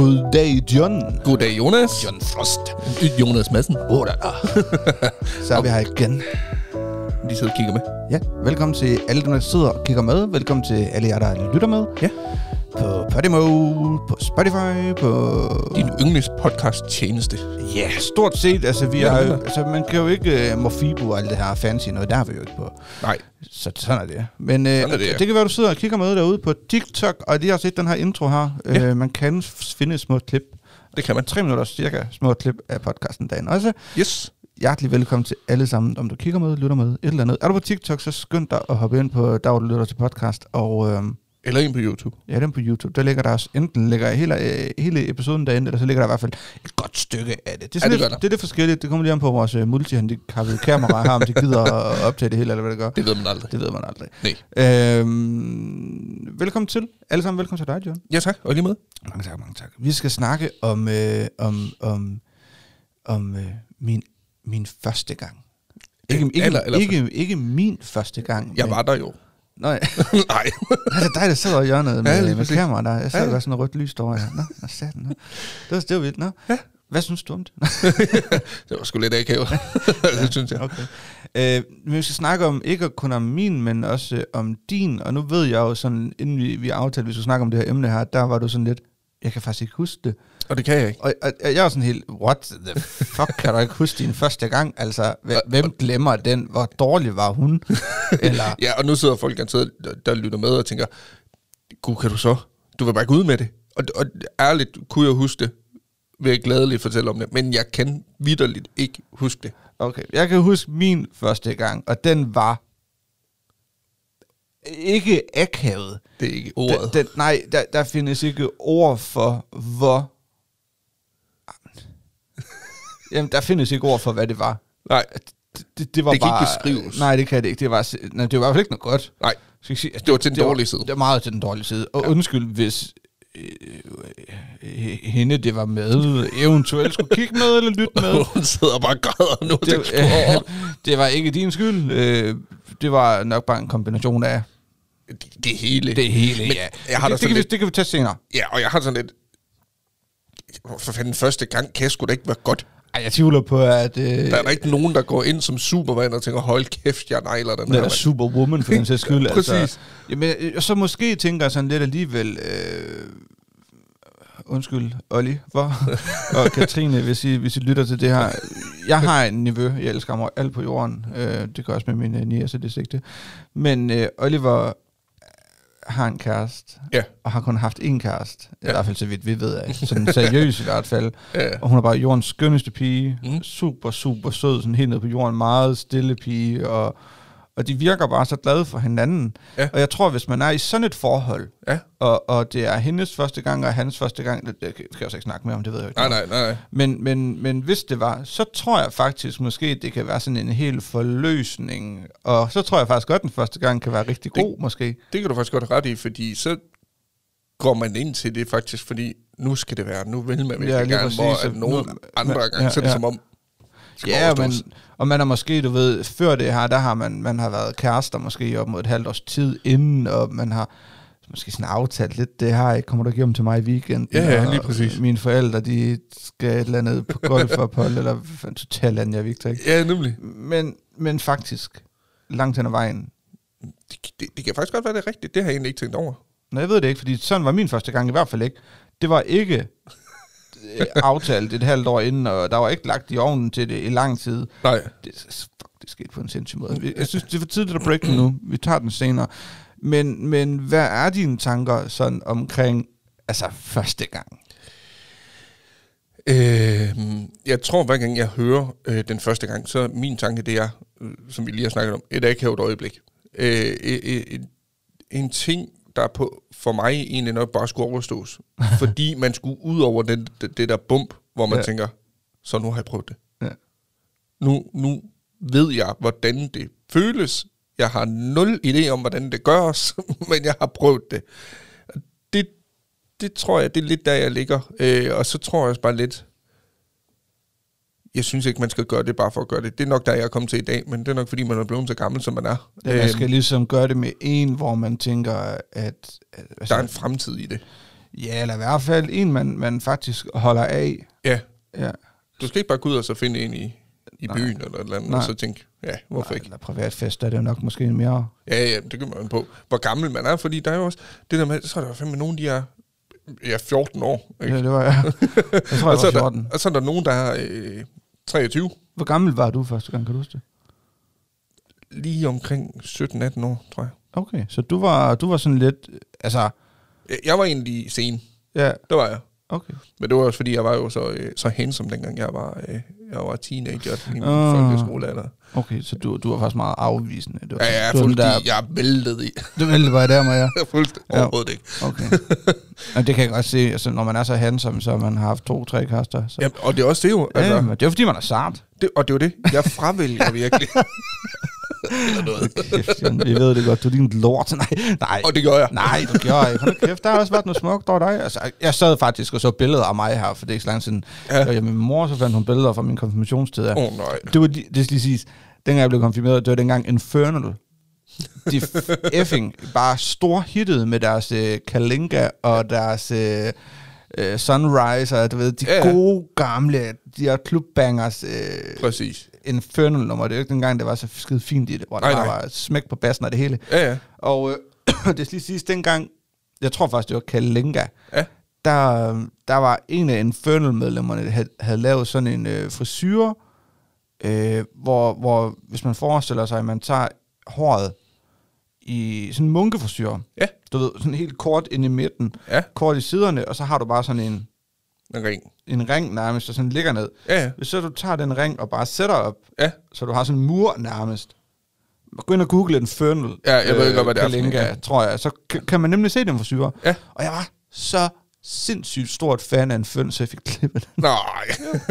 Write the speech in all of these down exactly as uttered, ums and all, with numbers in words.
Goddag, John. Goddag, Jonas. John Frost. Jonas Madsen. Oh, da, da. Så er vi her igen. De sidder og kigger med. Ja, velkommen til alle dem, der sidder og kigger med. Velkommen til alle jer, der lytter med. Ja. På Podimo, på Spotify, på... Din yndlings podcast tjeneste. Ja, yeah, stort set. Altså, vi Ja, har, det er. altså, man kan jo ikke uh, Mofibo og alt det her fancy noget. Der har vi jo ikke på. Nej. Så sådan er det. Men uh, er det, ja. det kan være, du sidder og kigger med derude på TikTok, og de har set den her intro her. Ja. Uh, man kan finde et små klip. Det kan man. Tre minutter cirka små klip af podcasten dagen også. Yes. Hjertelig velkommen til alle sammen, om du kigger med, lytter med, et eller andet. Er du på TikTok, så skynd dig at hoppe ind på, der hvor du lytter til podcast, og øhm, Eller ind på YouTube. ja, den på YouTube, der ligger der også, enten ligger hele, øh, hele episoden derinde, eller så ligger der i hvert fald et godt stykke af det. Det er, Ja, det lidt, gør der. det er lidt forskelligt, det kommer lige an på vores uh, multihandicappede kamera her, om de gider at optage det hele, eller hvad det gør. Det ved man aldrig. Det ved man aldrig. Nej. Øhm, velkommen til, alle sammen velkommen til dig, John. Ja tak, og lige med. Mange tak, mange tak. Vi skal snakke om, øh, om, om, om øh, min, min første gang. Ikke, ikke, Eller- eller- ikke, ikke min første gang. Jeg men- var der jo. Nej, Nej. det er dig, der sidder i hjørnet med, Ja, ja, lige med præcis. kamera der. Jeg sidder Ja, der ja. er sådan noget rødt lys derovre. Ja. Nå, nå, satan. Nå. Det var, det var vildt. Nå. Ja. Hvad synes du om det? Det var sgu lidt akavet. Det synes jeg. Okay. Øh, men vi skal snakke om, ikke kun om min, men også øh, om din. Og nu ved jeg jo sådan, inden vi, vi aftalte, at vi skulle snakke om det her emne her, der var du sådan lidt, jeg kan faktisk ikke huske det. Og det kan jeg ikke. Og, og, og jeg var sådan helt, what the fuck, kan du ikke huske din første gang? Altså, hvem, hvem glemmer den? Hvor dårlig var hun? Eller, Ja, og nu sidder folk garanteret, der, der lytter med og tænker, gud, kan du så? Du vil bare gå ud med det. Og, og ærligt, kunne jeg huske det, vil jeg gladeligt fortælle om det. Men jeg kan vitterligt ikke huske det. okay, jeg kan huske min første gang, og den var ikke akavet. Det er ikke ordet. Den, den, nej, der, der findes ikke ord for, hvor... Jamen, der findes ikke ord for, hvad det var. Nej, Det, det, det var Det kan bare... ikke beskrives. Nej, det kan det ikke. Det var, nej, det var i hvert fald ikke noget godt. nej. Skal jeg sige, altså, Det var til den det dårlige var, side. Det var meget til den dårlige side. Og ja. Undskyld, hvis øh, øh, hende, det var med, eventuelt skulle kigge med eller lytte med. Hun sidder bare og græder nu. Det, øh, det var ikke din skyld. Øh, det var nok bare en kombination af Det, det hele. det hele. Men Ja. jeg har det, da det, det, kan sådan vi, lidt- det kan vi tage senere. Ja, og jeg har sådan lidt... For fanden, første gang kan sgu da ikke være godt. Ej, jeg tvivler på, at... Øh, Der er der ikke nogen, der går ind som Superman og tænker, hold kæft, jeg nejler den her. eller mand." Superwoman, for den sags skyld. Præcis. Altså, jamen, øh, så måske tænker jeg sådan lidt alligevel... Øh, undskyld, Olli, hvor? Og Katrine, hvis I, hvis I lytter til det her. Jeg har en nevø, jeg elsker ham alt på jorden. Øh, det gør også med min øh, niece, så det er sigte. Men øh, Oliver har en kæreste, Ja. og har kun haft én kæreste. Ja. I Ja. hvert fald så vidt vi ved af. Sådan seriøs i hvert fald. Ja. Og hun er bare jordens skønneste pige. Mm. Mm. Super, super sød, sådan helt nede på jorden. Meget stille pige. Og, og de virker bare så glade for hinanden. Ja. Og jeg tror, hvis man er i sådan et forhold, Ja. og, og det er hendes første gang, og hans første gang, det, det kan jeg også ikke snakke mere om, det ved jeg jo ikke. Nej, nej, nej, nej. Men, men, men hvis det var, så tror jeg faktisk måske, det kan være sådan en hel forløsning. Og så tror jeg faktisk godt, den første gang kan være rigtig Det- god, måske. Det kan du faktisk godt have ret i, fordi så går man ind til det faktisk, fordi nu skal det være, nu vil man virkelig Ja, ja, lige gerne, præcis. hvor Så at nogle nu- andre ja, gange, ja, så er det ja. som om, det skal Ja, men, overstås. og man er måske, du ved, før det her, der har man, man har været kærester måske op mod et halvt års tid inden, og man har måske sådan aftalt lidt, det her, ikke? Kommer du hjem til mig i weekenden? Ja, ja, lige og præcis. Mine forældre, de skal et eller andet på golfophold, eller hvad fanden, totalt andet, jeg Victor, ikke? Ja, nemlig. Men, men faktisk, langt hen ad vejen. Det, det, det kan faktisk godt være, det er rigtigt. Det har jeg egentlig ikke tænkt over. Nå, jeg ved det ikke, fordi sådan var min første gang i hvert fald ikke. Det var ikke øh, aftalt et halvt år inden, og der var ikke lagt i ovnen til det i lang tid. Nej. Det, fuck, det skete på en sindssyg måde. Jeg synes, det er for tidligt at break den nu. Vi tager den senere. Men, men hvad er dine tanker sådan omkring, altså første gang? Øh, jeg tror, hver gang jeg hører øh, den første gang, så min tanke, det er, øh, som vi lige har snakket om, et akavet øjeblik. Øh, øh, øh, en ting, der på, for mig egentlig nok bare skulle overstås. Fordi man skulle ud over den, det, det der bump, hvor man Ja. ja. tænker, så nu har jeg prøvet det. Ja. Nu, nu ved jeg, hvordan det føles. Jeg har nul idé om, hvordan det gøres, men jeg har prøvet det. Det, det tror jeg, det er lidt der, jeg ligger. Øh, og så tror jeg også bare lidt, jeg synes ikke, man skal gøre det bare for at gøre det. Det er nok der, jeg er kommet til i dag, men det er nok, fordi man er blevet så gammel, som man er. Ja, man skal ligesom gøre det med en, hvor man tænker, at... at der er en fremtid i det. Ja, eller i hvert fald en, man, man faktisk holder af. Ja. Ja. Du skal ikke bare gå ud og så finde en i, i byen eller et eller andet, Nej. og så tænke, ja, hvorfor Nej, ikke? eller privatfest, der er det jo nok måske mere... Ja, ja, det kan man på, hvor gammel man er, fordi der er jo også det der med, så er der jo fandme nogen, de er ja, fjorten år. Ikke? Ja, det var jeg. Jeg tror, jeg og, så var er der, fjorten. og så er der nogen, der er øh, treogtyve. Hvor gammel var du første gang, kan du huske det? Lige omkring sytten atten år, tror jeg. Okay, så du var, du var sådan lidt... Altså, Jeg- Jeg var egentlig sen, ja, det var jeg. okay. Men det var også fordi, jeg var jo så, øh, så handsome, dengang jeg var, øh, jeg var teenager i min Ah. folkeskolealder. Okay, så du, du var faktisk meget afvisende. Du, Ja, jeg er du, var den fuldstændig, jeg er væltet i. Du væltede bare der med jer. Fuldstændig Ja. overhovedet ikke. Okay. Jamen, det kan jeg godt se. Altså, når man er så handsome, så man har haft to-tre kaster. Så. Jamen, og det er også det jo. Ja, Altså, men det er jo fordi, man er sart. det, og det er jo det. Jeg fravælger virkelig. Eller noget. Kæft, Jan, jeg ved det godt. Du er din lort. Nej, nej. Og det gør jeg. Nej, du gjorde ikke. Hold nu kæft, der har også været noget smukt over dig. Altså, jeg sad faktisk og så billeder af mig her, for det er ikke så lang tid siden. Ja. Ja. Og min mor så fandt nogle billeder fra min konfirmationstid. Åh, oh, nej. Det var lige, det skal lige siges, dengang jeg blev konfirmeret, det var dengang Infernal. De f- effing bare storhittede med deres øh, Kalinka og deres øh, øh, Sunrise, og du ved, de Ja, ja. gode gamle, de her klubbangers øh, Præcis. Infernal-nummer. Det er jo ikke dengang, det var så skide fint i det, hvor der Nej, bare nej. var smæk på bassen og det hele. Ja, ja. Og øh, det skal lige siges, dengang, jeg tror faktisk, det var Kalinka, Ja. der, der var en af Infernal-medlemmerne, der havde, havde lavet sådan en øh, frisyr, øh, hvor, hvor, hvis man forestiller sig, at man tager håret i sådan en munkefrisyr, Ja. du ved, sådan helt kort ind i midten, Ja. kort i siderne, og så har du bare sådan en, En ring. en ring nærmest, der sådan ligger ned. Ja, ja. Hvis så du tager den ring og bare sætter op, Ja. så du har sådan en mur nærmest. Gå ind og google Infernal. Ja, jeg ved godt, hvad det er for en, Kalinka, ja. tror jeg. Så k- kan man nemlig se den frisyr. Ja. Og jeg var så sindssygt stort fan af en føn, så jeg fik klippet den Nej.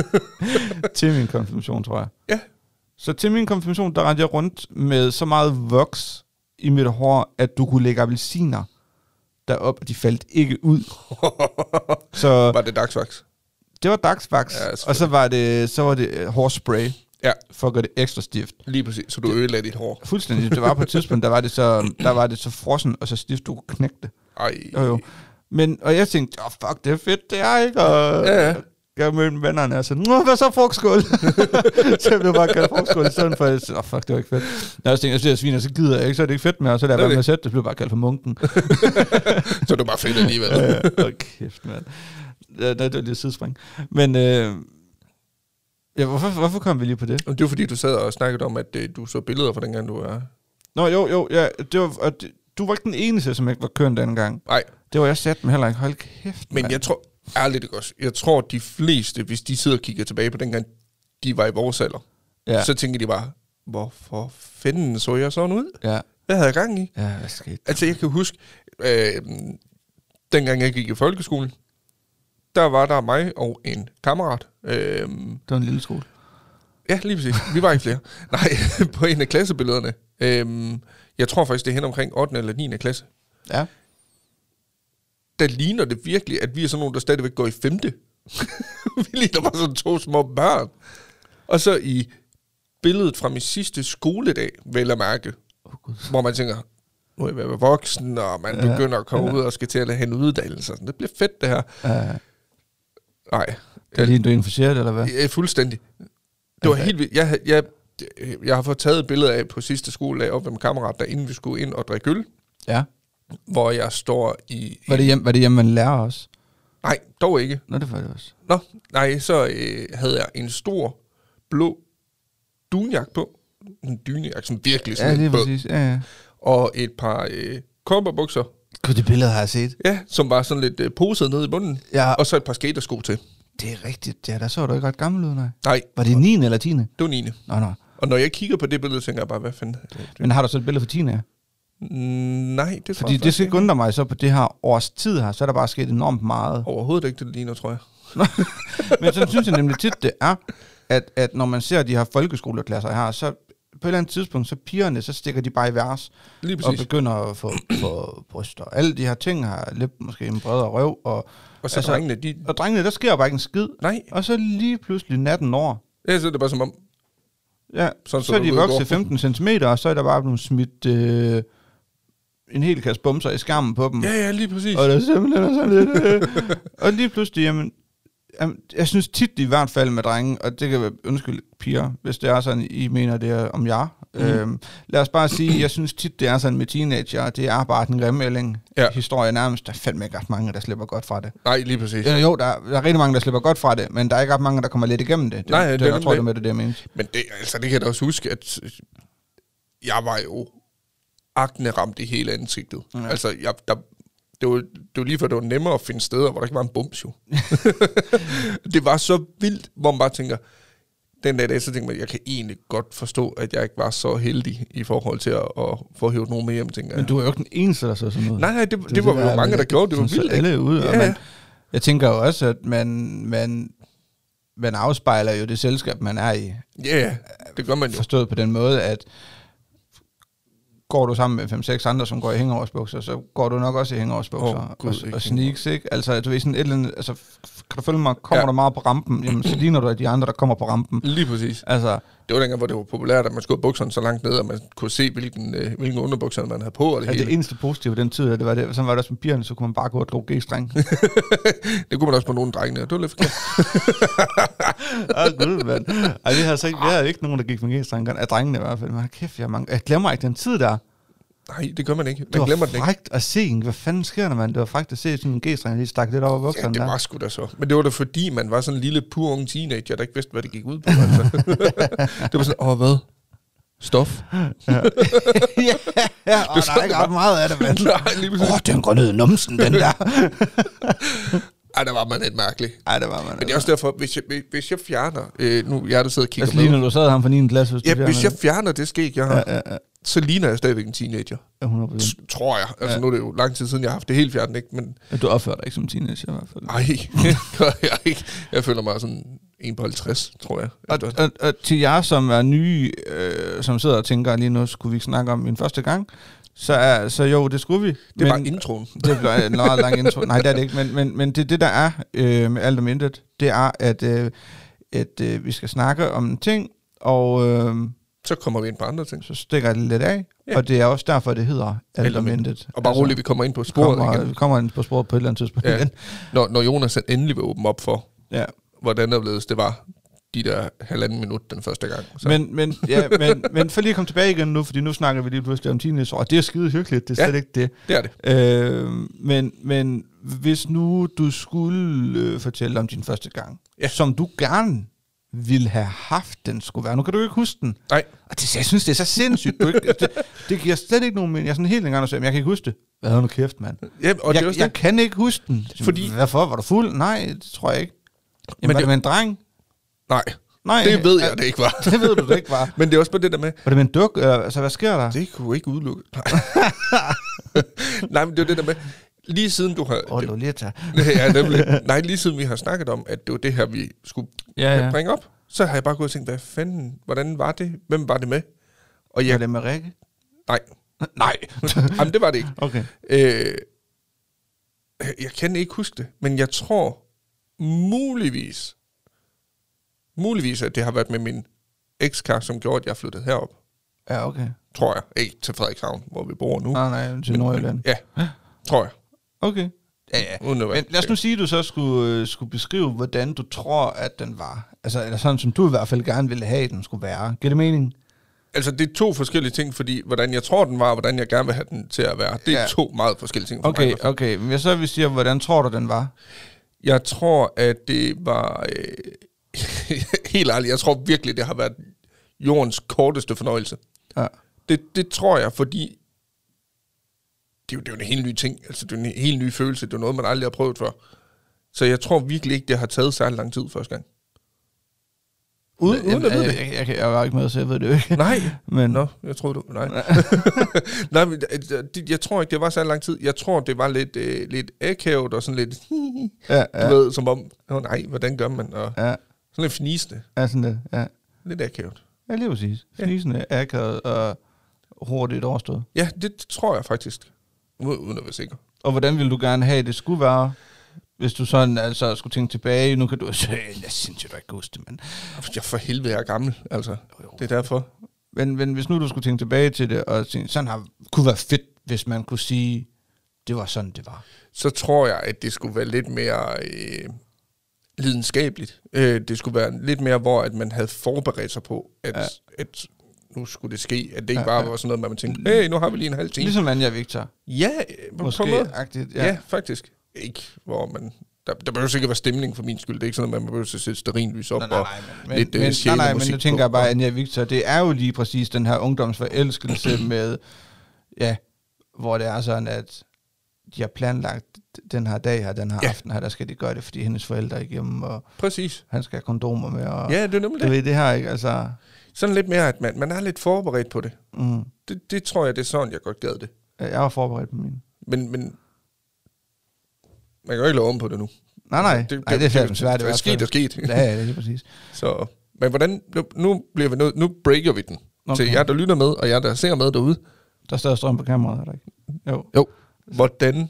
til min konfirmation, tror jeg. Ja. Så til min konfirmation, der rendte jeg rundt med så meget voks i mit hår, at du kunne lægge appelsiner derop, og de faldt ikke ud. Så Var det dagsvaks? det var dagsvaks, Ja, ja, og så var det, så var det øh, hårspray, Ja. for at gøre det ekstra stift. Lige præcis. Så du ødelagde dit hår. Fuldstændig. Det var på et tidspunkt, der var det så, der var det så frossen og så stift, du kunne knække det. Ej. Jo, jo. Men, og jeg tænkte, åh, oh, fuck, det er fedt, det er, ikke? Og Ja, ja. jeg mødte vennerne og sagde, nå, hvad så frugtskål? Så jeg blev bare kaldt frugtskål i stedet for, at jeg sagde, åh, fuck, det var ikke fedt. Når jeg tænkte, jeg siger sviner, så gider jeg ikke, så er det ikke fedt mere, og så lader jeg Okay. være med at sætte, det blev bare kaldt for munken. Så er du bare fedt alligevel. Åh, kæft, mand. Ja, det var lidt et sidespring. Men, øh, ja, hvorfor, hvorfor kom vi lige på det? Det var fordi, du sad og snakkede om, at øh, du så billeder fra dengang, du var... Nå, jo, jo, ja, det var, og det, du var ikke den eneste, som ikke var køn den gang. Nej, Det var jeg sat med heller ikke. Hold kæft, men mand. jeg tror... Ærligt ikke også. Jeg tror, de fleste, hvis de sidder og kigger tilbage på dengang, de var i vores alder, Ja, så tænker de bare, hvorfor fanden så jeg sådan ud? ja, Hvad havde jeg gang i? ja, hvad skete der? Altså, jeg kan huske, øh, dengang jeg gik i folkeskolen, der var der mig og en kammerat. Øh, Det var en lille skole. ja, lige præcis. Vi var ikke flere. Nej, på en af klassebillederne. Øh, jeg tror faktisk, det er hen omkring ottende eller niende klasse. Ja. Der ligner det virkelig, at vi er sådan nogle, der stadigvæk går i femte. Vi ligner bare sådan to små børn. Og så i billedet fra min sidste skoledag, vel at mærke, Oh, Gud. hvor man tænker, nu er jeg ved at være voksen, og man Ja, begynder at komme ja. ud og skal til at have en uddannelse. Det bliver fedt, det her. Ja. Nej, Det er lige, du er inficeret, eller hvad? jeg er fuldstændig. Det var Okay. helt vildt. Jeg, jeg, jeg har fået taget et billede af på sidste skoledag op med min kammerat, der inden vi skulle ind og drikke øl, Ja. hvor jeg står i... Var det hjem, var det hjem man lærer også? Nej, dog ikke. Nå, det var det også. Nå, nej, så øh, havde jeg en stor blå dunjakke på. En dynejakke, som virkelig Ja, sådan det er blød. præcis. Ja, ja. Og et par øh, kopperbukser, Gud, det billede har jeg set. ja, som var sådan lidt øh, poset nede i bunden. Ja, Og så et par skatersko til. det er rigtigt. Ja, der så du ikke ret gammel ud, nej. Nej, Var det niende eller tiende? det var niende. Nå, nå. Og når jeg kigger på det billede, tænker jeg bare, hvad fanden er det? Men har du så et billede for tiende? Mm, nej, det tror Fordi jeg det faktisk skal ikke undre mig, så på det her års tid her, så er der bare sket enormt meget. overhovedet ikke, det ligner, tror jeg. Men sådan synes jeg nemlig tit, det er, at, at når man ser de her folkeskoleklasser her, så på et eller andet tidspunkt, så pigerne, så stikker de bare i vers, Lige og præcis. begynder at få, få bryster. Alle de her ting har lidt måske en bredere røv, og, Og så altså- altså, drengene, de... og drengene, der sker bare ikke en skid. Nej, Og så lige pludselig natten over, ja, så er det bare som om... ja, Sådan så er så de du ud i vokset går. femten centimeter, og så er der bare blevet smidt, øh, en hel kasse bumser i skærmen på dem. Ja, ja, lige præcis. Og det er simpelthen sådan lidt... Øh. Og lige pludselig, jamen, jamen, jeg synes tit i hvert fald med drenge, og det kan være, undskyld piger, hvis det er sådan, I mener det er om jer. Mm. Øhm, lad os bare sige, jeg synes tit, det er sådan med teenager, det er bare den grimme ælling. Ja. Historie nærmest, der er fandme ikke ret mange, der slipper godt fra det. Nej, lige præcis. Ja, jo, der er, der er rigtig mange, der slipper godt fra det, men der er ikke ret mange, der kommer lidt igennem det. det Nej, det, det, det jeg tror det. jeg med det, det jeg mente. Men det, altså, det kan jeg da også huske, at jeg var jo akne ramt i hele ansigtet. Ja. Altså, jeg, der, det, var, det var lige før, det var nemmere at finde steder, hvor der ikke var en bums, jo. Det var så vildt, hvor man bare tænker, den der dag, så tænker man, jeg kan egentlig godt forstå, at jeg ikke var så heldig i forhold til at, at få hævet nogen med hjem, tænker jeg. Men du er jo ikke den eneste, der så sådan noget. Nej, nej, det, det, det var jo mange, der gjorde det. Det var vildt, alle ude, ja. man, jeg tænker jo også, at man, man, man afspejler jo det selskab, man er i. Ja, yeah, det gør man jo. Forstået på den måde, at går du sammen med fem seks andre, som går i hængerårsbukser, så går du nok også i hængerårsbukser oh, og, og sneaks, ikke? Altså, du ved sådan et eller andet, altså, kan du følge mig, kommer ja. der meget på rampen, jamen, så ligner du af de andre, der kommer på rampen. Lige præcis. Altså, det var dengang, hvor det var populært, at man skulle have bukserne så langt ned, at man kunne se, hvilken, øh, hvilken underbukser man havde på. Og det, ja, det eneste positive i den tid, det var det, sådan var det også med pigerne, så kunne man bare gå og dro G-streng. Det kunne man også på nogle drengene, det var lidt forkert. Åh, gud, mand. Ej, vi havde så ikke, vi havde ikke nogen, der gik med G-streng, af drengene i hvert fald. Men kæft, jeg, mange, jeg glemmer ikke den tid der. Nej, det gør man ikke. Man det var glemmer den ikke. frækt at se, hvad fanden sker der, mand? Det var frækt at se sådan en G-streng, lige stak lidt over bukserne. Ja, det var der. sgu da så. Men det var da fordi, man var sådan en lille, pur unge teenager, der ikke vidste, hvad det gik ud på. Altså. Det var sådan, åh, hvad? Stof? Ja, ja, ja og der er ikke ret meget af det, mand. Nej, lige præcis. Åh, den går ned i numsen, den der. Ej, der var man lidt mærkelig. Ej, der var man. Men det er også derfor, hvis jeg, hvis jeg fjerner... Øh, nu jeg der sidder og kigger altså, med. Altså lige når du sad ham for niende klasse, hvis ja, du hvis jeg fjerner det skæg, jeg har, ja, ja, ja. så ligner jeg stadigvæk en teenager. Ja, hundrede procent. Tror jeg. Altså ja. Nu er det jo lang tid siden, jeg har haft det helt fjernet, ikke? Men ja, du opfører dig ikke som teenager i hvert fald. Nej, det gør jeg ikke. Jeg føler mig sådan en på halvtreds, tror jeg. Og, og, og til jer, som er nye, øh, som sidder og tænker, lige nu skulle vi ikke snakke om min første gang, så, er, så jo, det skulle vi. Det men, var introen. Det blev en meget lang intro. Nej, det er det ikke. Men, men, men det, det, der er øh, med alt om intet, det er, at, øh, at øh, vi skal snakke om en ting, og øh, så kommer vi ind på andre ting. Så stikker det lidt af, ja. Og det er også derfor, det hedder alt om intet. Og bare altså, roligt, vi kommer ind på sporet kommer, igen. Vi kommer ind på sporet på et eller andet tidspunkt ja. igen. Når, når Jonas endelig vil åbne op for, ja. hvordan det, det var de der halvanden minut den første gang. Så. Men, men, ja, men, men for lige at komme tilbage igen nu, fordi nu snakker vi lige pludselig om teenager, og det er skide hyggeligt, det er ja, slet ikke det. det er det. Øh, men, men hvis nu du skulle øh, fortælle om din første gang, ja. Som du gerne ville have haft, den skulle være. Nu kan du ikke huske den. Nej. Og det, jeg synes, det er så sindssygt. Du ikke, det, det giver slet ikke nogen mening. Jeg er sådan helt en gang, men jeg kan ikke huske det. Hvad er nu kæft, mand? Ja, og jeg, det jeg kan ikke huske den. Fordi... Hvorfor? Var du fuld? Nej, det tror jeg ikke. Jamen, men var det med en dreng? Nej. Nej, det ved jeg, ja, det ikke var. Det ved du, det ikke var. Men det er også på det der med... Var det med en duk? Altså, hvad sker der? Det kunne ikke udelukke. Nej. Nej, men det var det der med... Lige siden du har... Åh, oh, Lolita. Ja, nemlig. Nej, lige siden vi har snakket om, at det var det her, vi skulle ja, ja. bringe op, så har jeg bare gået og tænkt, hvad fanden, hvordan var det? Hvem var det med? Og jeg... Var det med Rikke? Nej. Nej. Jamen, det var det ikke. Okay. Øh, jeg kan ikke huske det, men jeg tror muligvis, muligvis, at det har været med min ekskæreste, som gjorde, at jeg flyttede herop. Ja, okay. Tror jeg. Ikke til Frederikshavn, hvor vi bor nu. Nej, nej, til Nordjylland. Ja, tror jeg. Okay. Ja, ja. Men lad os nu sige, at du så skulle, skulle beskrive, hvordan du tror, at den var. Altså, eller sådan, som du i hvert fald gerne ville have, at den skulle være. Giver det mening? Altså, det er to forskellige ting, fordi hvordan jeg tror, den var, og hvordan jeg gerne vil have den til at være. Det er ja. to meget forskellige ting for okay, mig. Okay, men jeg så vil sige, hvordan tror du, den var? Jeg tror, at det var... Øh, helt ærligt, jeg tror virkelig, det har været jordens korteste fornøjelse. Ja. Det, det tror jeg, fordi... Det er, jo, det er jo en helt ny ting. Altså, det er en helt ny følelse. Det er noget, man aldrig har prøvet før. Så jeg tror virkelig ikke, det har taget særlig lang tid første gang. Uden, uden jeg, at vide jeg, det. Jeg, jeg, jeg, jeg var ikke med, så jeg ved det jo ikke. Nej. Men... Nå, jeg troede du... Nej. Nej, men jeg tror ikke, det var så lang tid. Jeg tror, det var lidt, øh, lidt akavet og sådan lidt... ja, ja. Du ved, som om... Åh oh, nej, hvordan gør man? Og ja. Sådan lidt fnisende. Ja, sådan lidt, ja. Lidt akavet. Ja, lige præcis. Fnisende, ja. Akavet og hurtigt overstået. Ja, det tror jeg faktisk. Uden at være sikker. Og hvordan ville du gerne have, det skulle være... Hvis du sådan altså skulle tænke tilbage, nu kan du sige, jeg synes jo, du ikke kan huske det, men... Jeg for helvede er gammel, altså. Jo, jo. Det er derfor. Men, men hvis nu du skulle tænke tilbage til det, og tænke, sådan har, kunne være fedt, hvis man kunne sige, det var sådan, det var. Så tror jeg, at det skulle være lidt mere øh, lidenskabeligt. Øh, det skulle være lidt mere, hvor at man havde forberedt sig på, at, ja. at nu skulle det ske. At det ikke ja, bare ja. var sådan noget, man tænkte, hey, nu har vi lige en halv time. Ligesom Anja Victor. Ja, på Måske måde. Agtigt, ja. ja, faktisk. Ikke, hvor man... Der, der behøver sikkert være stemning for min skyld. Det er ikke sådan, at man behøver at sætte stearinlys op nej, nej, og men, lidt men, uh, nej, nej, men musik nu tænker på, jeg bare, Anja Victor, det er jo lige præcis den her ungdomsforelskelse med, ja, hvor det er sådan, at de har planlagt den her dag her, den her ja. aften her, der skal de gøre det, fordi hendes forældre er igennem, og præcis. Han skal have kondomer med. Og ja, det er nemlig det. Ved, det her, ikke? Altså... Sådan lidt mere, at man, man er lidt forberedt på det. Mm. det. Det tror jeg, det er sådan, jeg godt gad det. Jeg var forberedt på min. Men, men man kan jo ikke lave om på det nu. Nej, nej. Det, det, nej, det er færdigt svært. Det er sket og sket. Ja, ja, det er præcis. Så, men hvordan, nu, bliver vi nød, nu breaker vi den. Okay. Til jer, der lytter med, og jer, der ser med derude. Der er stadig strøm på kameraet, er der ikke? Jo. Jo. Hvordan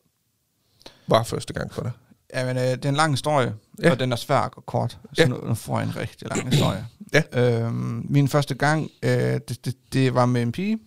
var første gang for dig? Jamen, øh, det er en lang historie, ja. og den er svær og kort. Så ja. nu, nu får jeg en rigtig lang historie. Ja. Øhm, min første gang, øh, det, det, det var med en pige.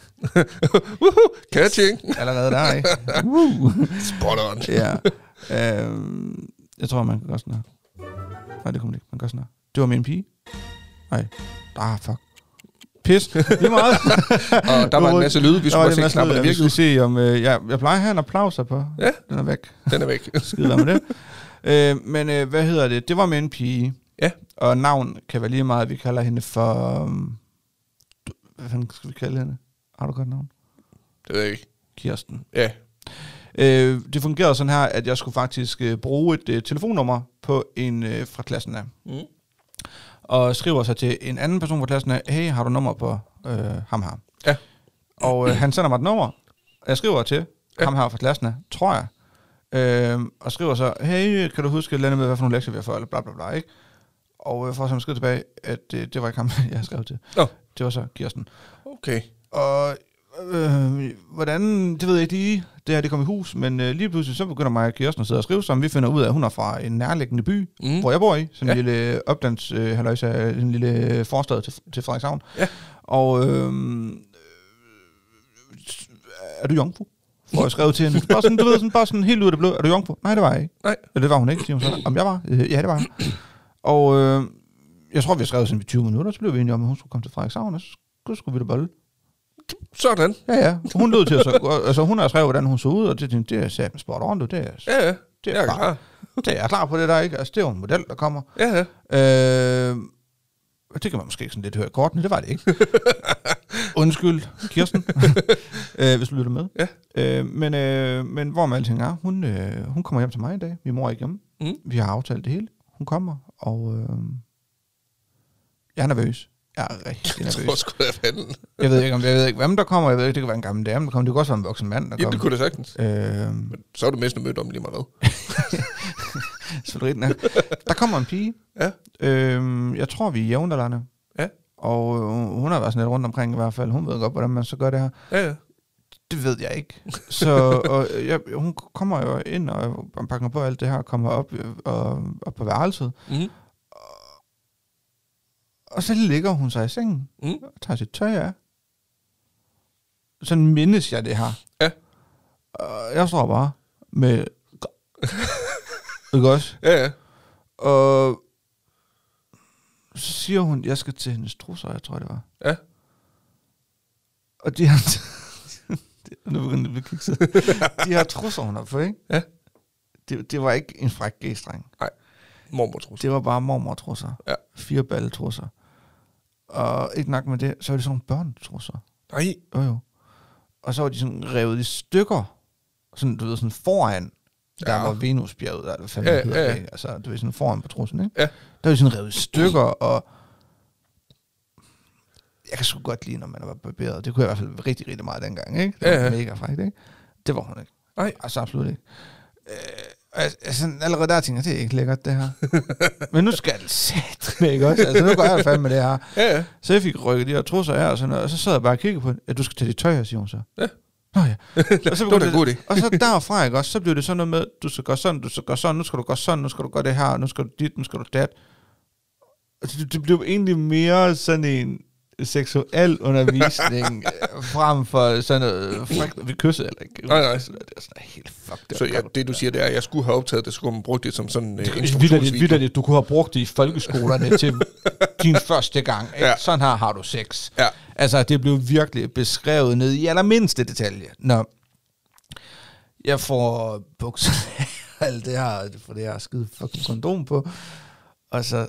Catching. Allerede der, ikke? Spot on. Ja. Øhm, jeg tror, man kan gøre sådan her. Nej, det kunne man ikke. Man kan gøre sådan her. Det var med en pige. Nej. Ah, fuck. Pis. Lige meget. Og der var en masse lyde, vi skulle bare se knappen, der virkede. Vi skal se, om øh, jeg, jeg plejer at have en applaus på. Ja. Den er væk. Den er væk. Skide med det. Øh, men øh, hvad hedder det? Det var med en pige. Ja. Og navn kan være lige meget. Vi kalder hende for... Um, hvad fanden skal vi kalde hende? Har du godt navn? Det ved jeg ikke. Kirsten. Ja. Øh, det fungerede sådan her, at jeg skulle faktisk øh, bruge et øh, telefonnummer på en øh, fra klassen af. Mm. Og skriver så til en anden person fra klassen af, hey, har du nummer på øh, ham her? Ja. Og øh, han sender mig et nummer. Jeg skriver til ja. ham her fra klassen af, tror jeg. Øh, og skriver så, hey, kan du huske, Lenne med, hvad for nogle lektier vi har fået, eller bla bla bla, ikke? Og jeg får så skridt tilbage, at øh, det var ikke ham, jeg skrev til. Oh. Det var så Kirsten. Okay. Og øh, hvordan, det ved jeg ikke lige, det her det kom i hus, men øh, lige pludselig så begynder mig og Kirsten at sidde og skrive sammen. Vi finder ud af, at hun er fra en nærliggende by, mm. hvor jeg bor i. Sådan ja. en lille oplands, øh, halløjsa, en lille forstad til, til Frederikshavn. Ja. Og øh, er du jomfru? Hvor jeg skrev til hende. Bare sådan, du ved, sådan, bare sådan helt ud af det blå. Er du jomfru? Nej, det var jeg ikke. Nej. Eller det var hun ikke, siger hun så. Om jeg var? Øh, ja, det var jeg. Og øh, jeg tror, vi har skrevet sådan i tyve minutter, så blev vi enige om, at hun skulle komme til Frederikshavn, og så skulle vi da bolle. Sådan. Ja, ja. Hun lød til at så, altså hun har skrevet, hvordan hun så ud, og det, det er sat med sport on, det er, ja, ja. Det er, jeg er klar. klar. Det er jeg klar på det der, ikke? Altså, det er jo en model, der kommer. Ja, ja. Øh, det kan man måske sådan lidt høre i kortene, det var det ikke. Undskyld, Kirsten, øh, hvis du lytter med. Ja. Øh, men, øh, men hvor med alting er, hun, øh, hun kommer hjem til mig i dag. Min mor er ikke hjemme. Mm. Vi har aftalt det hele. Hun kommer, og øh, jeg er nervøs. Jeg er rigtig nervøs. Jeg tror sgu da fanden. Jeg ved ikke, om jeg ved ikke, hvem der kommer. Jeg ved ikke, det kan være en gammel dame, der kommer. Det kan også være en voksen mand, der kommer. Ja, det kunne det sagtens. Øh, men så er du mest mødt om lige meget hvad. Der kommer en pige. Ja. Øh, jeg tror, vi er jævnaldrende. Ja. Og øh, hun har været sådan lidt rundt omkring i hvert fald. Hun ved godt, hvordan man så gør det her. Ja, ja. Det ved jeg ikke. Så og, jeg, hun kommer jo ind og, og pakker på alt det her, og kommer op, og, op på værelset. Mm. Og, og så ligger hun sig i sengen, mm. og tager sit tøj af. Sådan mindes jeg det her. Ja. Og jeg står bare med... ikke også? Ja, ja. Og så siger hun, jeg skal til hendes trusser, jeg tror det var. Ja. Og de har... nu begynder det at blive kikset. De har trusser, hun har på, ikke? Ja. Det, det var ikke en fræk g-streng. Nej, mormortrusser. Det var bare mormortrusser. Ja. Fire balletrusser. Og ikke nok med det, så var det sådan nogle børnetrusser. Nej. Jo, jo. Og så var de sådan revet i stykker. Sådan, du ved, sådan foran. Der ja. var Venusbjerget, der fandme ja, hedder ja. det. Altså, du ved, sådan foran på trussen, ikke? Ja. Der var de sådan revet i stykker, og jeg kan sgu godt lide, når man var barberet. Det kunne jeg i hvert fald rigtig, rigtig meget dengang, ikke? Det var ja, ja. mega frækt, ikke? Det var hun ikke. Nej. Altså, absolut ikke. Øh, altså, allerede der tænker jeg, det er ikke lækkert, det her. Men nu skal det sæt med, ikke også? Altså, nu går jeg fandme med det her. Ja, ja. Så jeg fik rykket de her trusser af, og, sådan noget, og så sad jeg bare og kiggede på det. Ja, du skal tage dit tøj her, siger hun så. Ja. Nå ja. Og så, det var da god idé. og så derfra, ikke også, så blev det sådan noget med, du skal gøre sådan, du skal gøre sådan, nu skal du gøre sådan, nu skal du gøre det her, nu skal du dit, nu skal du dat. Altså, det, det blev egentlig mere sådan en, seksuel undervisning frem for sådan noget, fuck, vi kyssede eller ikke. Nej, nej. Det er sådan helt fuck. Så ja, det du siger, det er, at jeg skulle have optaget det, så skulle man bruge det som sådan en uh, instruktionsvideo. Vidderligt, du kunne have brugt det i folkeskolerne til din første gang. Ja. Sådan her har du sex. Ja. Altså, det blev virkelig beskrevet ned i allermindste detalje. Nå, jeg får bukser alt det her, for det her skide fucking kondom på, og så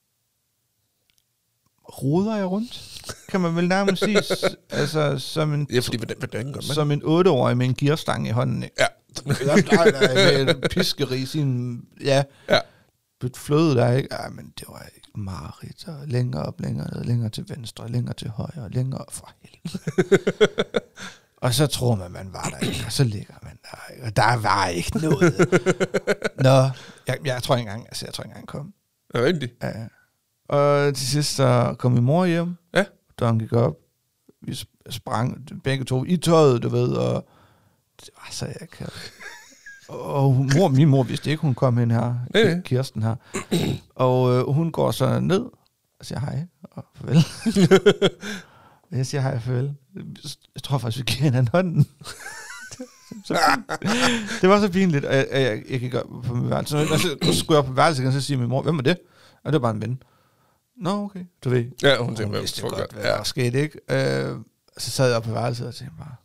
roder jeg rundt, kan man vel nærmest sige, altså som en, ja, fordi, hvordan, hvordan gør man? som en otteårig med en gearstang i hånden. Ikke? Ja. Der er med piskeri, sin, ja, ja. Byt fløde der, ikke? Ja, men det var ikke mareridt, og længere op, længere ned, længere til venstre, længere til højre, længere for helvede. Og så tror man, man var der ikke, og så ligger man der, ikke? Og der var ikke noget. Nå, jeg, jeg tror ikke engang, altså jeg tror ikke engang kom. Er det rigtigt? Ja. Og til sidst så kom min mor hjem, ja. Da hun gik op, vi sprang begge to i tøjet, du ved, og det var så jeg kan. Og mor, min mor vidste ikke, hun kom hen her, ja. Kirsten her, og øh, hun går så ned og siger hej og farvel. Jeg siger hej og farvel. Jeg tror faktisk, vi giver hinanden hånden. Så det var så pinligt, og jeg, jeg, jeg, jeg gik op på min værelse. Og så skulle jeg op på værelset, og så siger min mor, hvem er det? Og det var bare en ven. Nå, okay, du ved. Ja, hun tænkte, hun vidste godt, hvad ja. der skete, ikke? Øh, så sad jeg op på værelset og tænkte bare,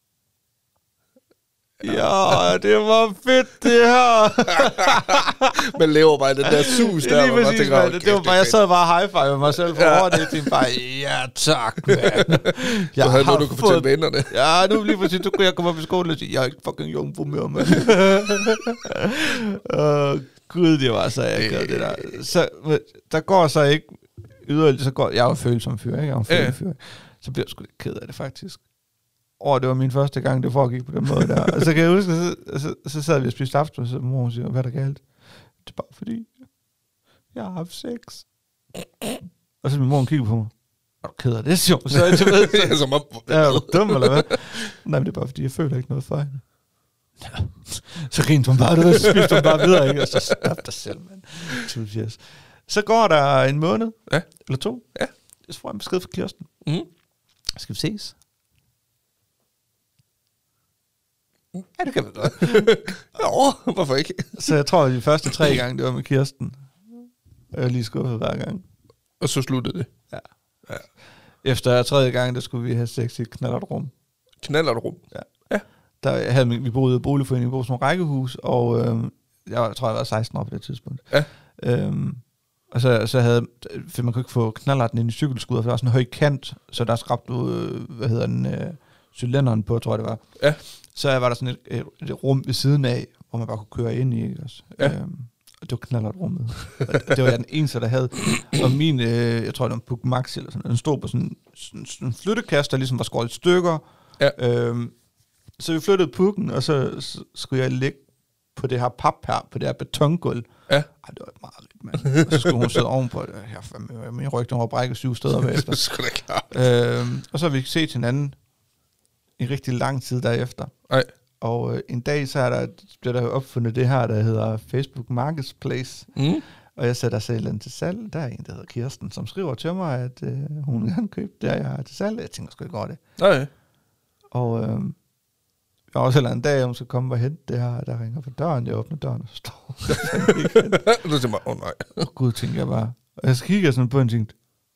ja, det var fedt, det her. Man lever bare i den der sus der. Lige præcis, man. Det var bare, jeg sad bare og high-five mig selv for ja. Hårdt. Jeg tænkte bare, ja tak, mand. Jeg du havde noget, du kunne fortælle vennerne. Ja, nu lige præcis, så kunne jeg komme op i skolen og sige, jeg er ikke fucking jomfru mere, mand. Åh, gud, det var så akavet, det der. Så der går så ikke yderligere, så går, jeg er jo følsom fyr, ikke? Jeg er jo følsom fyr. Så bliver jeg sgu lidt ked af det, faktisk. Og det var min første gang, det foregik på den måde der. Og så kan jeg huske, så, så, så sad vi og spiste aften, og så mor siger, hvad er der galt? Det er bare fordi, jeg har haft sex. Og så min mor kigger på mig, er du ked af det, sjovt? Så jeg ved, som om, er du dum, eller hvad? Nej, men det er bare fordi, jeg føler ikke noget for hende. Ja. Så grinte hun bare, så spiste hun bare videre, ikke? Og så stop dig selv, mand. Så går der en måned, ja. eller to. Ja. Så får jeg en besked fra Kirsten. Mm. Skal vi ses? Ja, det kan vi godt. Nå, hvorfor ikke? Så jeg tror, at de første tre gange, det var med Kirsten. Og jeg lige skuffet hver gang. Og så sluttede det? Ja. ja. Efter tredje gang, der skulle vi have sex i et knallertrum. Knallertrum? Ja. ja. Der havde vi, vi boede i boligforeningen, vi boede i sådan nogle rækkehus, og øhm, jeg tror, jeg var seksten år på det tidspunkt. Ja. Øhm, og så, så havde, for man kunne ikke få knallerten ind i cykelskuddet, for der var sådan en høj kant, så der skabte du, hvad hedder den, øh, cylinderen på, tror jeg det var. Ja. Så var der sådan et, et, et rum ved siden af, hvor man bare kunne køre ind i. Også. Ja. Øhm, og det var knallertrummet. Det var jeg den eneste, der havde. Og min, øh, jeg tror det var en Puk Maxi eller sådan, den stod på sådan, sådan, sådan en flyttekast, der ligesom var skåret i stykker. Ja. Øhm, så vi flyttede Pukken, og så, så skulle jeg ligge på det her pap her, på det her betongulv. Ja. Ej, det var meget rigt, mand. Og så skulle hun sidde ovenpå det. Her, min ryg, den var brækket syv steder bagefter. Det er sgu da klart. Øhm, og så har vi set hinanden i rigtig lang tid derefter. Nej. Og øh, en dag, så er der, bliver der opfundet det her, der hedder Facebook Marketplace. Mm. Og jeg sætter selv til salg. Der er en, der hedder Kirsten, som skriver til mig, at øh, hun gerne købe det, jeg har til salg. Jeg tænker sgu ikke over det. Nej. Og øh, jeg har også heller en dag, hun skal komme og hente det her, der ringer på døren. Jeg åbner døren, og så står du tænker bare, åh oh, nej. Åh gud, tænker jeg bare. Og jeg kigger sådan på en ting.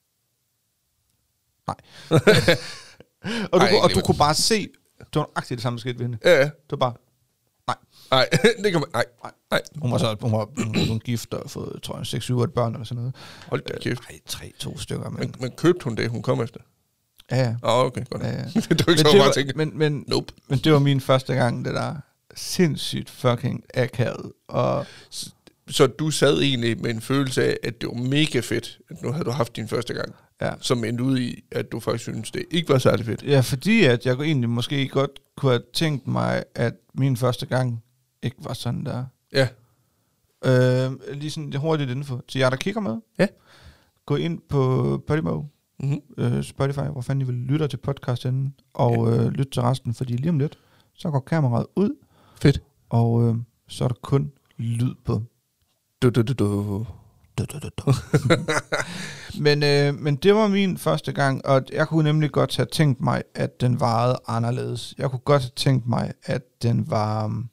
Nej. og du, Ej, og du kunne bare se, det var nøjagtigt det samme skidt ved hende. Ja, ja. Det var bare, nej. Nej, det kan man, nej. nej. Hun var så, hun var, hun var hun gift og fået, tror jeg, seks syv otte børn eller sådan noget. Hold da kæft. Nej, tre, to stykker. Men, men, men købte hun det, hun kom efter? Ja, ja. Åh, oh, okay, godt. Ja, ja. det var ikke så meget tænke. Men, men, nope. men det var min første gang, det der sindssygt fucking akavet. Og så, så du sad egentlig med en følelse af, at det var mega fedt, at nu havde du haft din første gang. Ja. Som endte ud i, at du faktisk synes det ikke var særlig fedt. Ja, fordi at jeg egentlig måske godt kunne have tænkt mig, at min første gang ikke var sådan der. Ja. Øh, lige sådan hurtigt info til jer, der kigger med. Ja. Gå ind på Podimo, mm-hmm. øh, Spotify, hvor fanden I vil lytte til podcasten, og ja. øh, lytte til resten, fordi lige om lidt, så går kameraet ud. Fedt. Og øh, så er der kun lyd på. Du, du, du, du. Men, øh, men det var min første gang, og jeg kunne nemlig godt have tænkt mig, at den varede anderledes. Jeg kunne godt have tænkt mig, at den var um,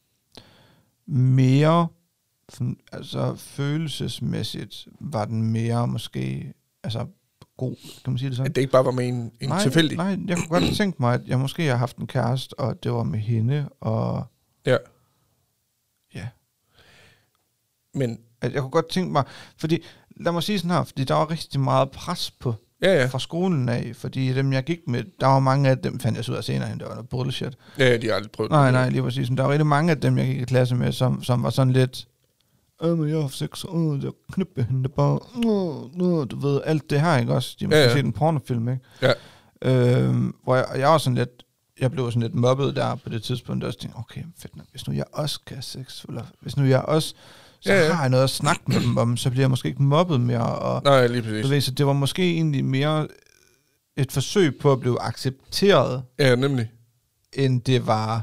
mere, altså følelsesmæssigt, var den mere måske, altså god, kan man sige det sådan? At det ikke bare var med en, en nej, tilfældig? Nej, jeg kunne godt have tænkt mig, at jeg måske har haft en kæreste, og det var med hende, og ja. Ja. Men at jeg kunne godt tænke mig, fordi, lad mig sige sådan her, fordi der var rigtig meget pres på, ja, ja. fra skolen af, fordi dem jeg gik med, der var mange af dem, fandt jeg så ud af senere hen, det var noget bullshit. Ja, de har aldrig prøvet Nej, det. nej, lige præcis. Der var rigtig mange af dem, jeg gik i klasse med, som, som var sådan lidt, øh, men jeg har sex, øh, jeg knippe hende bare, øh, øh, du ved, alt det her, ikke også? De har måske ja, ja. set en pornofilm, ikke? Ja. Øhm, hvor jeg, jeg var sådan lidt, jeg blev sådan lidt mobbet der på det tidspunkt, og også tænkte, okay, fedt nok, hvis nu jeg også kan have sex, eller hvis nu jeg også, så ja, ja. har jeg noget at snakke med dem om, så bliver jeg måske ikke mobbet mere, og nej, lige præcis. du ved, så det var måske egentlig mere et forsøg på at blive accepteret, Ja, nemlig. end det var,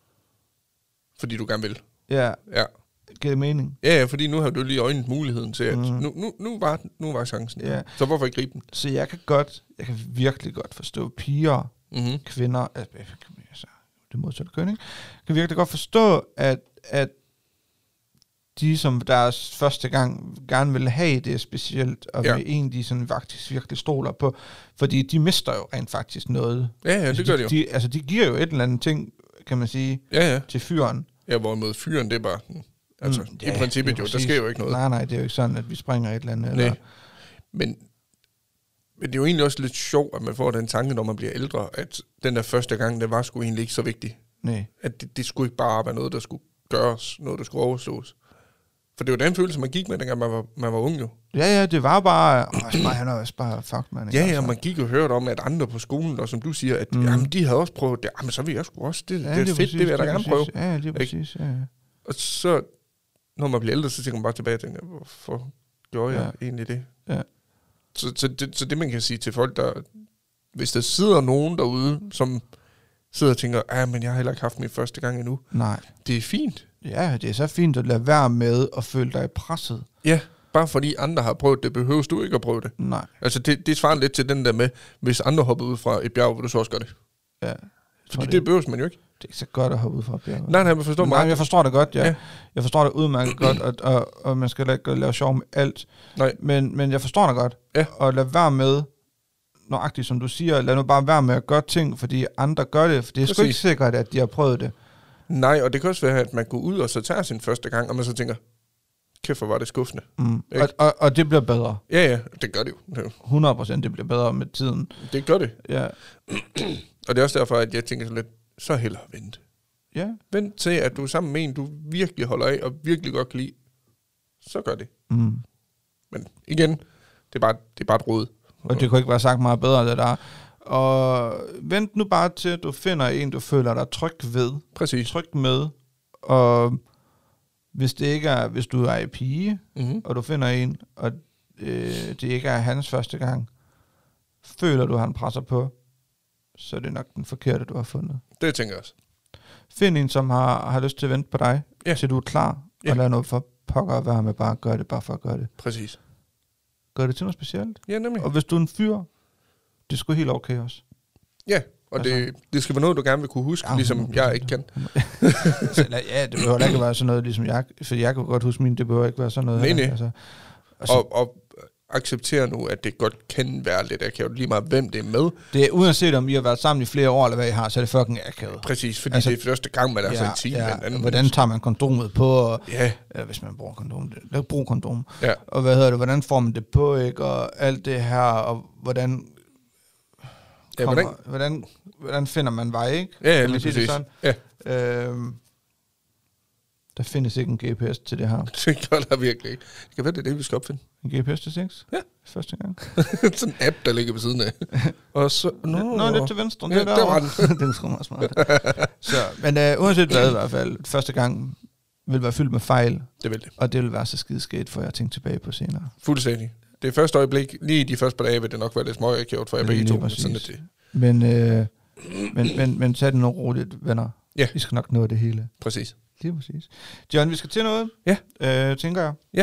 fordi du gerne vil. ja, Ja. giver det mening? Ja, ja, fordi nu har du lige øjnet muligheden til, at Mm. nu, nu, nu, var, nu var chancen. Ja. Så hvorfor ikke gribe den? Så jeg kan godt, jeg kan virkelig godt forstå piger, Mm-hmm. kvinder, altså det modsatte køn, ikke? Jeg kan virkelig godt forstå, at, at de, som deres første gang gerne vil have det specielt, og Ja. med en, de sådan faktisk virkelig stoler på, fordi de mister jo rent faktisk noget. Ja, ja, det altså, gør de jo. De, altså, de giver jo et eller andet ting, kan man sige, Ja, ja. til fyren. Ja, hvorimod fyren, det er bare, altså Mm, mm, ja, i princippet det er jo, der præcis. sker jo ikke noget. Nej, nej, det er jo ikke sådan, at vi springer et eller andet. Nej. Eller, Men, men det er jo egentlig også lidt sjovt, at man får den tanke, når man bliver ældre, at den der første gang, det var sgu egentlig ikke så vigtig. nej. At det, det skulle ikke bare være noget, der skulle gøres, noget, der skulle overstås. For det var den følelse, man gik med, dengang man var, man var ung jo. Ja, ja, det var bare, åh, oh, han er også bare fuck, man. Ja, ja, man gik og hørte om, at andre på skolen, og som du siger, at Mm. jamen, de havde også prøvet det. Jamen, så vil jeg sgu også. Det, Ja, det er fedt, præcis, det vil jeg da gerne præcis. prøve. Ja, det er præcis, ja, ja. Og så, når man bliver ældre, så tænker man bare tilbage og tænker, hvorfor gjorde jeg Ja. egentlig det? Ja. Så, så, det? så det, man kan sige til folk, der, hvis der sidder nogen derude, som sidder og tænker, ja, men jeg har heller ikke haft min første gang endnu. Nej. Det er fint. Ja, det er så fint at lade være med at føle dig presset. Ja, bare fordi andre har prøvet det, behøver du ikke at prøve det. Nej. Altså, det, det svarer lidt til den der med, hvis andre hopper ud fra et bjerg, vil du så også gøre det. Ja. Fordi det, det behøver man jo ikke. det er ikke så godt at hoppe ud fra bjerget. Nej, nej, men forstår Nej, mig. jeg forstår det godt, ja. Ja. Jeg forstår det udmærket godt, og, og, og man skal ikke lave sjov med alt. Nej. Men, men jeg forstår det godt. Ja. Og lad være med, nøjagtigt som du siger, lad nu bare være med at gøre ting, fordi andre gør det. For det er sgu Præcis. ikke sikkert, at de har prøvet det. Nej, og det kan også være, at man går ud og så tager sin første gang, og man så tænker, kæft, hvor var det skuffende. Mm. Ikke? Og, og, og det bliver bedre. Ja, ja, det gør det jo. Det er jo- hundrede procent det bliver bedre med tiden. Det gør det. Ja. Og det er også derfor, at jeg tænker sådan lidt, så hellere vent. Ja. Vent til, at du er sammen med en, du virkelig holder af, og virkelig godt kan lide. Så gør det. Mm. Men igen, det er bare, det er bare et råd. Og det kunne ikke være sagt meget bedre, det der. Og vent nu bare til, at du finder en, du føler dig tryg ved. Præcis. Tryg med. Og hvis det ikke er, hvis du er i pige, Mm-hmm. og du finder en, og øh, det ikke er hans første gang, føler du, han presser på, så er det nok den forkerte, du har fundet. Det tænker jeg også. Find en, som har, har lyst til at vente på dig, Ja. til du er klar, Ja. og lad noget for pokker at være med, bare gør det, bare for at gøre det. Præcis. Gør det til noget specielt. Ja, nemlig. Og hvis du er en fyr, det er sgu helt okay også. Ja, og Altså- det, det skal være noget, du gerne vil kunne huske, Ja, ligesom hundrede jeg ikke kan. Så, eller, ja, det behøver da ikke være sådan noget, ligesom jeg, for jeg kan godt huske min, det behøver ikke være sådan noget. Nej, heller, nej. Altså, altså, Og, og acceptere nu, at det godt kan være lidt akavet, lige meget hvem det er med. det er uanset om I har været sammen i flere år, eller hvad I har, så er det fucking akavet. Præcis, fordi Altså- altså, det er første gang, man er så intim med en ja, anden. hvordan tager man kondomet på, og, Ja, eller hvis man bruger kondom, det, lad brug kondom. ja. Og hvad hedder det, hvordan får man det på, ikke, og alt det her, og hvordan, Ja, kommer, hvordan? hvordan, hvordan finder man vej, ikke? Ja, ja, Kan man lige sige det præcis. sådan? Ja, Øhm, der findes ikke en G P S til det her. det gør der virkelig ikke. Det kan være, det er det, vi skal opfinde. En G P S til sex? Ja. Første gang. Sådan en app, der ligger ved siden af. Og så... Nå, Nå lidt til venstre. Ja, det der var den. det er sgu meget smart. Så, men øh, uanset hvad i hvert fald, første gang vil være fyldt med fejl, Det vil det. og det vil være så skideskægt, for jeg tænker tilbage på senere. Fuldstændig. Det er første øjeblik, lige de første par dage, vil det nok være lidt småakavet for jer begge Lige to. men præcis. Sådan er det. Men, øh, men, men, men tag det nu roligt, venner. Ja. Vi skal nok nå det hele. Præcis. Lige præcis. John, vi skal til noget, Ja. øh, tænker jeg. Ja.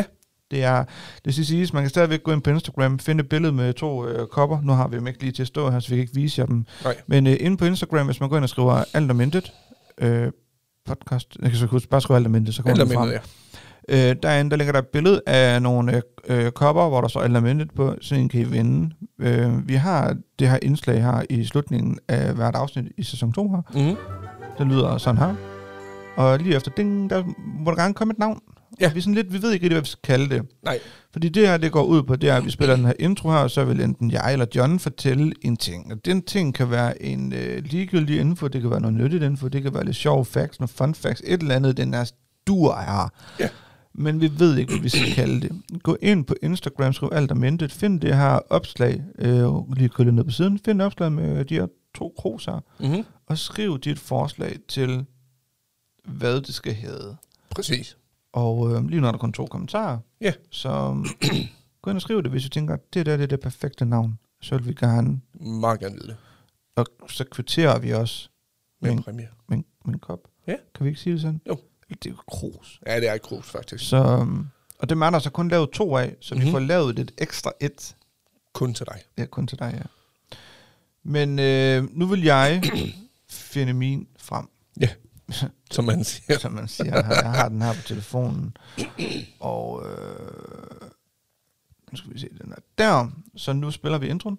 Det er, det skal siges, man kan stadigvæk gå ind på Instagram, finde et billede med to øh, kopper. Nu har vi dem ikke lige til at stå her, så vi kan ikke vise jer dem. Nej. Men øh, inde på Instagram, hvis man går ind og skriver alt om intet, øh, podcast, jeg kan så huske, bare skrive alt om intet, så kommer det frem. Ja. Øh, derinde, der ligger der et billede af nogle øh, kopper, hvor der står alt om intet på, så en kan I vinde. Øh, vi har det her indslag her i slutningen af hvert afsnit i sæson to her. Mm-hmm. Det lyder sådan her. Og lige efter ding, der må der gerne komme et navn. Ja. Vi, er sådan lidt, vi ved ikke rigtig, hvad vi skal kalde det. Nej. Fordi det her, det går ud på, det er, at vi spiller den her intro her, og så vil enten jeg eller John fortælle en ting. Og den ting kan være en øh, ligegyldig info, det kan være noget nyttigt info, det kan være lidt sjov facts, noget fun facts, et eller andet, den der dur her. Ja. Men vi ved ikke, hvad vi skal kalde det. Gå ind på Instagram, skriv alt om intet, find det her opslag, øh, lige krydde ned på siden, find opslag med de her to kroser, mm-hmm. og skriv dit forslag til, hvad det skal hedde. Præcis. Og øh, lige nu er der kun to kommentarer. Ja. Så gå ind og skriv det, hvis du tænker, det der det er det perfekte navn. Så vil vi gerne. Meget gerne vide det. Og så kvitterer vi også med en en præmie. Med en, med en kop. Ja. Kan vi ikke sige det sådan? Jo. Det er jo krus. Ja, det er et krus, faktisk. Så, um, og det er der så kun lavet to af, så mm-hmm. vi får lavet et ekstra et. Kun til dig. Ja, kun til dig, ja. Men øh, nu vil jeg finde min frem. Ja, som man siger. Som man siger. Jeg har den her på telefonen. Og øh, nu skal vi se den her. Der. Så nu spiller vi introen.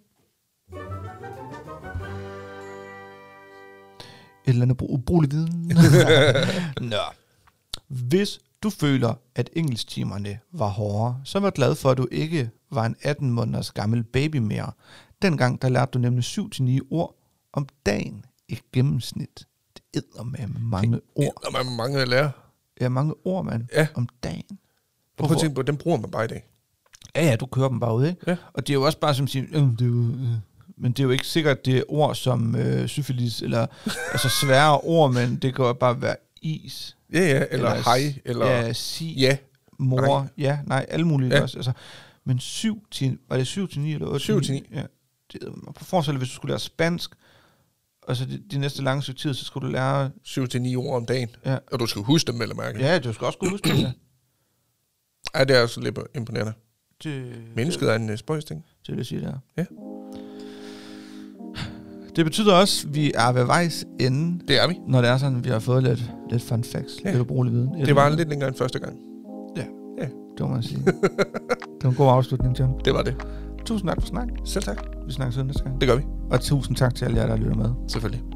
Et eller andet ubrugelig viden. Nå. Hvis du føler, at engelsktimerne var hårdere, så var glad for, at du ikke var en atten måneders gammel baby mere. Dengang der lærte du nemlig syv til ni ord om dagen i gennemsnit. Det æder med mange ord. Det æder med mange at lære. Ja, mange ord, mand. Ja. Om dagen. Prøv at tænke på, den bruger man bare i dag. Ja, ja, du kører dem bare ud, ikke? Ja. Og det er jo også bare som siger, øh, det er jo, øh. men det er jo ikke sikkert, det er ord som øh, syfilis, eller altså svære ord, men det kan jo bare være is. Ja, ja, eller, eller hej, eller... Ja, sig, ja, mor, nej. ja, nej, alle mulige ja. også. Altså, men syv til, var det syv til ni eller otte syv til ni? Ja. Det, på forestil dig, hvis du skulle lære spansk, og så de, de næste lange stykke tid, så skulle du lære... syv til ni ord om dagen. Ja. Og du skal huske dem, eller mærke. Ja, du skal også kunne huske dem, ja. Ej, det er også lidt imponerende. Det, Mennesket er en uh, spøjsting. Det vil jeg sige, det er. Ja. Det betyder også, at vi er ved vejs ende. Det er vi. Når det er sådan, vi har fået lidt, lidt fun facts. Ja. Lidt ubrugelig viden. Det var lidt længere end første gang. Ja, ja. Det må man sige. Det var en god afslutning, John. Det var det. Tusind tak for snakken. Selv tak. Vi snakkes næste gang. Det gør vi. Og tusind tak til alle jer, der lytter med. Selvfølgelig.